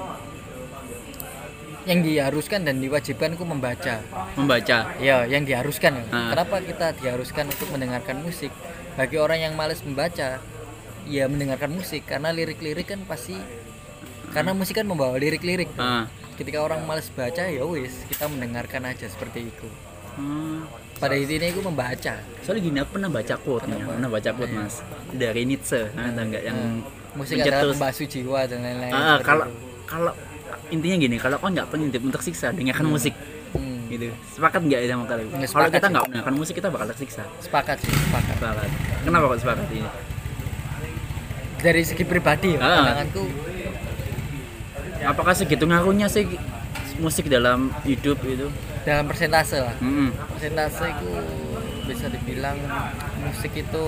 [SPEAKER 2] yang diharuskan dan diwajibkan itu membaca. Ya, yang diharuskan. Kenapa kita diharuskan untuk mendengarkan musik? Bagi orang yang malas membaca, ya mendengarkan musik karena lirik-lirik kan pasti, karena musik kan membawa lirik-lirik. Ketika orang malas baca, ya wis kita mendengarkan aja seperti itu. Pada intinya itu membaca.
[SPEAKER 1] Soalnya gini, aku pernah baca quote Mas dari Nietzsche, ada nggak yang
[SPEAKER 2] musik adalah pembasuh jiwa dan lain-lain.
[SPEAKER 1] Kalau intinya gini, kalau kau nggak pengen tersiksa, dengarkan musik. Gitu. Sepakat nggak sama kalian? Kalau kita nggak mendengarkan musik, kita bakal tersiksa.
[SPEAKER 2] Sepakat.
[SPEAKER 1] Kenapa kok sepakat ini?
[SPEAKER 2] Dari segi pribadi ya, pandanganku.
[SPEAKER 1] Apakah segitu ngaruhnya sih musik dalam hidup itu?
[SPEAKER 2] Dalam persentase lah. Persentase itu bisa dibilang musik itu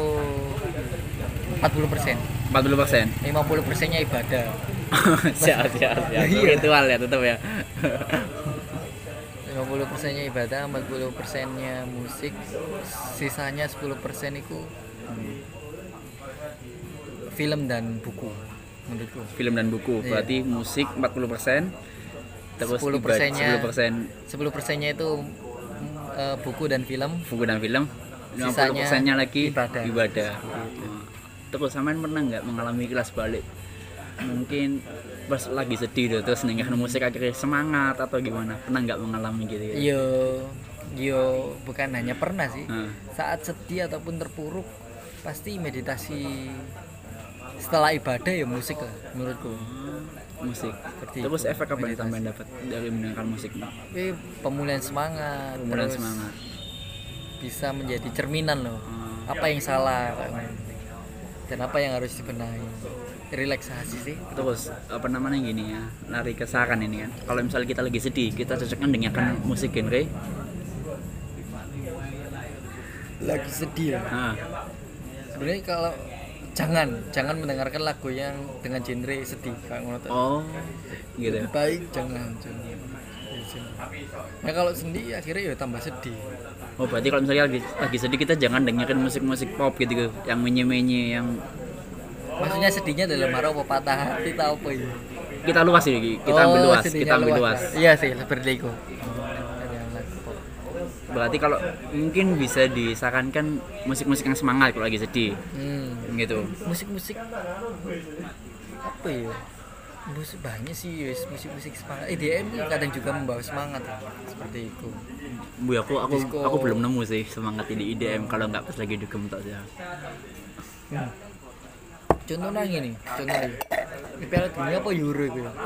[SPEAKER 2] 40%. 50%-nya ibadah.
[SPEAKER 1] Siap. Ritual ya tetap ya.
[SPEAKER 2] 50%-nya ibadah, 40%-nya musik, sisanya 10% itu film dan buku menurutku.
[SPEAKER 1] Film dan buku, berarti musik 40%, terus
[SPEAKER 2] 10%-nya itu buku dan film,
[SPEAKER 1] 50%-nya lagi ibadah. Terus sampean pernah nggak mengalami kelas balik? Mungkin pas lagi sedih terus dengerin musik akhirnya semangat atau gimana? Pernah nggak mengalami gitu ya?
[SPEAKER 2] Yo bukan hanya pernah sih. Saat sedih ataupun terpuruk pasti meditasi setelah ibadah ya musik lah menurutku.
[SPEAKER 1] musik.
[SPEAKER 2] Seperti
[SPEAKER 1] Terus
[SPEAKER 2] itu,
[SPEAKER 1] efek apa yang
[SPEAKER 2] meditasi.
[SPEAKER 1] sampean dapat dari mendengarkan musik ini?
[SPEAKER 2] Pemulihan semangat,
[SPEAKER 1] Pemulihan
[SPEAKER 2] terus
[SPEAKER 1] semangat.
[SPEAKER 2] bisa menjadi cerminan loh. Apa yang salah kayak gitu. Dan apa yang harus dibenahi. Relaksasi sih.
[SPEAKER 1] Terus apa namanya gini ya, lari ke saran ini kan. Kalau misalnya kita lagi sedih, kita cocoknya dengarkan musik genre.
[SPEAKER 2] Lagi sedih ya.
[SPEAKER 1] Nah,
[SPEAKER 2] Sebenarnya kalau jangan mendengarkan lagu yang dengan genre sedih kayak ngono tuh.
[SPEAKER 1] oh gitu.
[SPEAKER 2] Lebih baik jangan. Nah kalau sedih akhirnya ya tambah sedih.
[SPEAKER 1] Oh berarti kalau misalnya lagi sedih kita jangan dengerin musik-musik pop gitu, yang menye-menye, yang
[SPEAKER 2] Maksudnya sedihnya dalam arah apa patah hati tau apa ya?
[SPEAKER 1] kita luas sih, kita ambil luas,
[SPEAKER 2] sedihnya
[SPEAKER 1] kita ambil luas.
[SPEAKER 2] Iya sih, seperti itu.
[SPEAKER 1] Berarti kalau mungkin bisa disarankan musik-musik yang semangat kalau lagi sedih, gitu.
[SPEAKER 2] Musik-musik apa ya? Musik banyak sih, musik-musik semangat. EDM ini kadang juga membawa semangat ya. Seperti itu.
[SPEAKER 1] Bu
[SPEAKER 2] Disco.
[SPEAKER 1] aku belum nemu sih semangat di IDM kalau nggak pas lagi dugem tok ya.
[SPEAKER 2] Contohnya gini, contohnya di Piala Dunia apa Euro itu ya?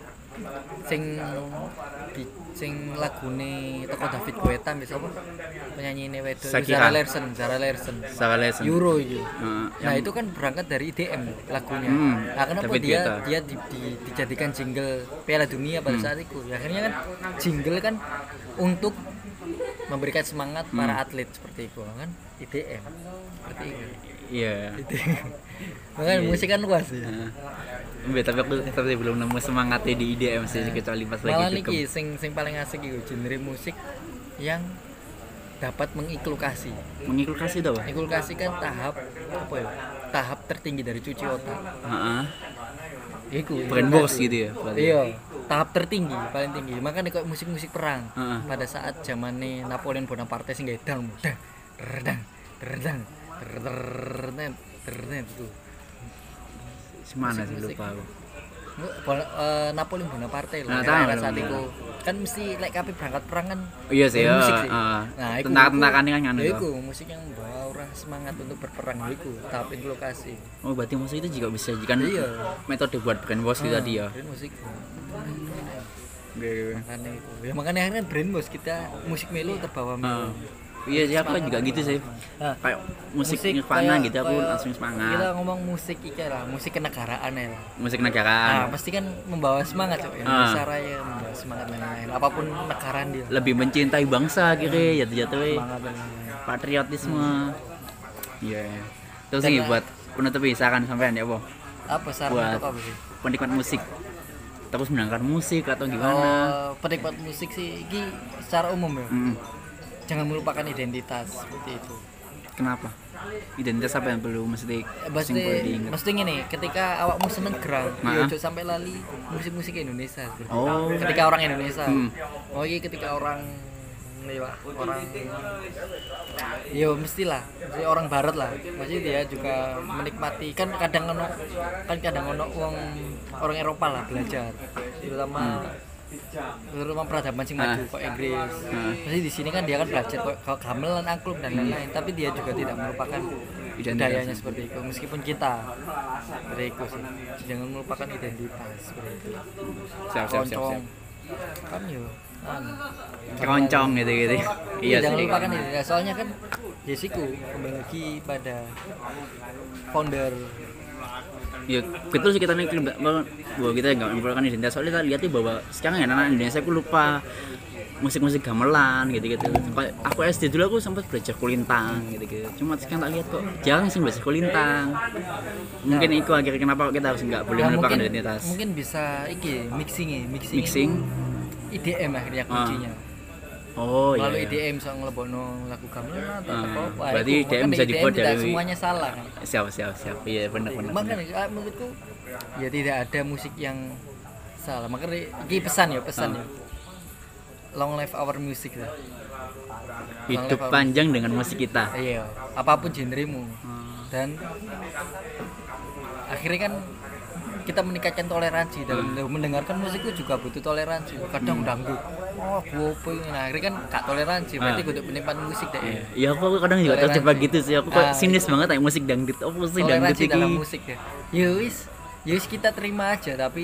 [SPEAKER 2] Sing lagune toko David Guetta bisa apa? Penyanyi ini wedo
[SPEAKER 1] Shakira.
[SPEAKER 2] Zara Larson.
[SPEAKER 1] Salah lesson.
[SPEAKER 2] Euro itu.
[SPEAKER 1] Yang
[SPEAKER 2] Itu kan berangkat dari IDM lagunya.
[SPEAKER 1] Hmm,
[SPEAKER 2] Nah, kenapa
[SPEAKER 1] David Guetta.
[SPEAKER 2] dia dijadikan jingle Piala Dunia pada saat itu? Ya, akhirnya kan jingle kan untuk memberikan semangat para atlet seperti itu kan IDM seperti itu.
[SPEAKER 1] Iya.
[SPEAKER 2] Makanya musik kan luas ya.
[SPEAKER 1] Tapi belum nemu semangatnya di IDM sih kecuali pas
[SPEAKER 2] Malah
[SPEAKER 1] lagi
[SPEAKER 2] niki
[SPEAKER 1] dugem.
[SPEAKER 2] sing paling asik itu genre musik yang dapat mengiklukasi.
[SPEAKER 1] Mengikulkasi itu apa?
[SPEAKER 2] Ikulkasi kan tahap apa ya? Tahap tertinggi dari cuci otak.
[SPEAKER 1] Heeh.
[SPEAKER 2] Iku.
[SPEAKER 1] Brainwash gitu ya berarti.
[SPEAKER 2] Iya, tahap tertinggi, paling tinggi. Makanya kok musik-musik perang
[SPEAKER 1] Heeh.
[SPEAKER 2] pada saat zamannya Napoleon Bonaparte sing gawe dang itu.
[SPEAKER 1] Semana sih lupa aku.
[SPEAKER 2] Napoleon Bonaparte
[SPEAKER 1] Nah,
[SPEAKER 2] lah
[SPEAKER 1] tahu,
[SPEAKER 2] pada saat
[SPEAKER 1] tahu.
[SPEAKER 2] itu kan mesti like kabeh berangkat perang kan
[SPEAKER 1] Iya sih ya.
[SPEAKER 2] musik sih.
[SPEAKER 1] Nah,
[SPEAKER 2] iku-
[SPEAKER 1] tentang-tentang kan
[SPEAKER 2] ya
[SPEAKER 1] itu.
[SPEAKER 2] iku musik yang membawa orang semangat untuk berperang iku tahap inklusasi.
[SPEAKER 1] Oh berarti musik itu juga bisa dijadikan
[SPEAKER 2] Iya.
[SPEAKER 1] metode buat brainwash gitu tadi ya.
[SPEAKER 2] Brand musik. Makanya itu. Ya makanya akhirnya brand bos kita musik melo terbawa melo.
[SPEAKER 1] Iya sih aku juga gitu sih.
[SPEAKER 2] Nah,
[SPEAKER 1] Kayak musik Nirvana gitu aku langsung
[SPEAKER 2] Kita
[SPEAKER 1] semangat.
[SPEAKER 2] ngomong musik iki lah, musik kenegaraan ya lah.
[SPEAKER 1] Musik
[SPEAKER 2] Nah,
[SPEAKER 1] negaraan.
[SPEAKER 2] pasti kan membawa semangat cok. Indonesia Raya membawa semangat dan lain-lain. Apapun negara dia.
[SPEAKER 1] Lebih mencintai bangsa kira jatuh-jatuh
[SPEAKER 2] Semangat dan lain-lain.
[SPEAKER 1] patriotisme. Iya. Terus
[SPEAKER 2] Dan
[SPEAKER 1] nih buat penutup saran sampean ya, Bo.
[SPEAKER 2] Apa saran
[SPEAKER 1] Buat
[SPEAKER 2] untuk apa sih?
[SPEAKER 1] penikmat musik. Terus mendengarkan musik atau gimana?
[SPEAKER 2] Penikmat musik sih iki secara umum ya.
[SPEAKER 1] Mm.
[SPEAKER 2] Jangan melupakan identitas seperti itu.
[SPEAKER 1] Kenapa? Identitas apa yang perlu mesti simpel diingat?
[SPEAKER 2] Mesti gini, ketika awakmu seneng gerang,
[SPEAKER 1] Nah.
[SPEAKER 2] ya ojo sampai lali musik-musik Indonesia.
[SPEAKER 1] Oh.
[SPEAKER 2] Ketika orang Indonesia.
[SPEAKER 1] Hmm.
[SPEAKER 2] Oh iya ketika orang ya mestilah orang barat lah maksudnya dia juga menikmati kan kadang ono wong orang Eropa lah belajar terutama peradaban sing maju kok Inggris. Jadi di sini kan dia kan belajar kok gamelan, angklung dan lain-lain, tapi dia juga tidak melupakan budayanya seperti itu. Meskipun kita seperti itu sih, jangan melupakan identitas seperti itu.
[SPEAKER 1] Siap.
[SPEAKER 2] Kan yo
[SPEAKER 1] Keroncong gitu. Iya
[SPEAKER 2] jangan
[SPEAKER 1] sih.
[SPEAKER 2] lupakan identitas. Soalnya kan Jessiku kembali lagi pada founder.
[SPEAKER 1] Ya betul sih kita nih bahwa kita nggak melupakan identitas, soalnya kita lihat nih bahwa sekarang ya anak Indonesia aku lupa musik-musik gamelan gitu-gitu. Kayak aku SD dulu aku sempat belajar kulintang gitu-gitu. Cuma sekarang tak lihat kok jarang sih belajar kulintang. Mungkin itu akhirnya kenapa kita harus nggak boleh melupakan identitas.
[SPEAKER 2] Mungkin bisa
[SPEAKER 1] Mixing.
[SPEAKER 2] IDM akhirnya kuncinya.
[SPEAKER 1] Oh iya.
[SPEAKER 2] Lalu IDM bisa ngelebokno lagu gamelan atau apa.
[SPEAKER 1] Berarti
[SPEAKER 2] Itu,
[SPEAKER 1] IDM
[SPEAKER 2] kan
[SPEAKER 1] bisa dibuat
[SPEAKER 2] tidak
[SPEAKER 1] dari
[SPEAKER 2] semuanya salah kan.
[SPEAKER 1] Siap. Iya benar.
[SPEAKER 2] Makanya menurutku ya tidak ada musik yang salah. Makanya ini pesan ya. Long live our music lah.
[SPEAKER 1] Hidup panjang dengan musik kita.
[SPEAKER 2] Iya, apapun genremu. Dan akhirnya kan kita meningkatkan toleransi dalam mendengarkan musik itu juga butuh toleransi. Kadang dangdut, nah akhirnya kan gak toleransi, berarti kudu penikmat musik deh.
[SPEAKER 1] Iya aku kadang juga terjebak gitu sih. Aku kok sinis banget kayak musik dangdut. Oh musik dangdut
[SPEAKER 2] Toleransi
[SPEAKER 1] iki.
[SPEAKER 2] dalam musik deh. Ya wis kita terima aja, tapi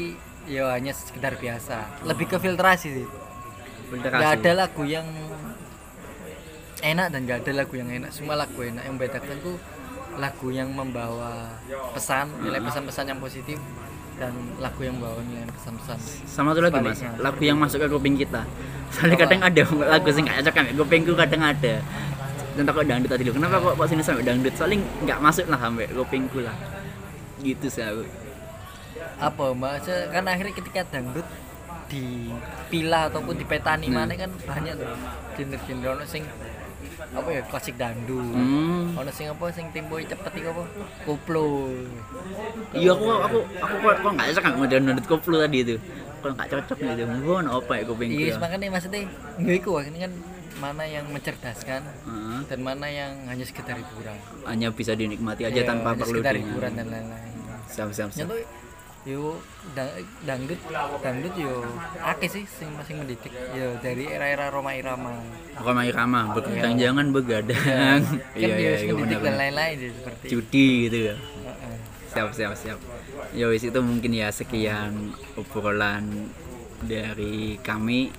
[SPEAKER 2] ya hanya sekedar biasa, lebih ke filtrasi sih.
[SPEAKER 1] Filtrasi.
[SPEAKER 2] Nggak ada lagu yang enak dan nggak ada lagu yang enak, semua lagu enak. Yang membedakan tuh lagu yang membawa pesan, nilai pesan-pesan yang positif, dan lagu yang membawa nilai pesan-pesan.
[SPEAKER 1] Sama tuh lagi mas,
[SPEAKER 2] sebaliknya.
[SPEAKER 1] lagu yang masuk ke kuping kita. Soalnya kadang ada lagu sing gak cocok sama kupingku, kadang ada. Dan takut dangdut tadi lo, kenapa kok sini sampai dangdut? Soalnya nggak masuk lah sampai kupingku lah. Gitu sih aku.
[SPEAKER 2] Apa mbak? Kan akhirnya ketika dangdut dipilah ataupun dipetani mana kan banyak tuh genre-genre ono sing apa ya klasik dangdut, ono sing apa sing tempo cepet iki apa koplo.
[SPEAKER 1] Iya aku kok nggak cocok sama dangdut koplo tadi itu. Kalau nggak cocok gitu, mungkin apa ya kupingku.
[SPEAKER 2] Iya
[SPEAKER 1] Ya.
[SPEAKER 2] makanya maksudnya ya iku ini kan mana yang mencerdaskan dan mana yang hanya sekedar hiburan.
[SPEAKER 1] Hanya bisa dinikmati aja
[SPEAKER 2] Ya,
[SPEAKER 1] tanpa
[SPEAKER 2] hanya
[SPEAKER 1] perlu
[SPEAKER 2] sekedar hiburan dan lain-lain.
[SPEAKER 1] Siap.
[SPEAKER 2] Nyentuh yo dangdut yo akeh sih sing masing mendidik yo dari era-era Roma Irama.
[SPEAKER 1] Roma Irama, jangan begadang.
[SPEAKER 2] Kan yo mendidik dan lain-lain sih seperti
[SPEAKER 1] Judi gitu ya. Siap. Ya wis itu mungkin ya sekian obrolan dari kami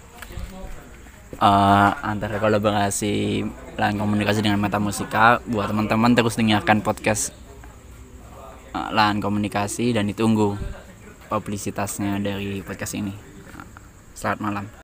[SPEAKER 1] antara kolaborasi Lahan Komunikasi dengan Meta Musika. Buat teman-teman terus dengarkan podcast Lahan Komunikasi dan ditunggu publisitasnya dari podcast ini. Selamat malam.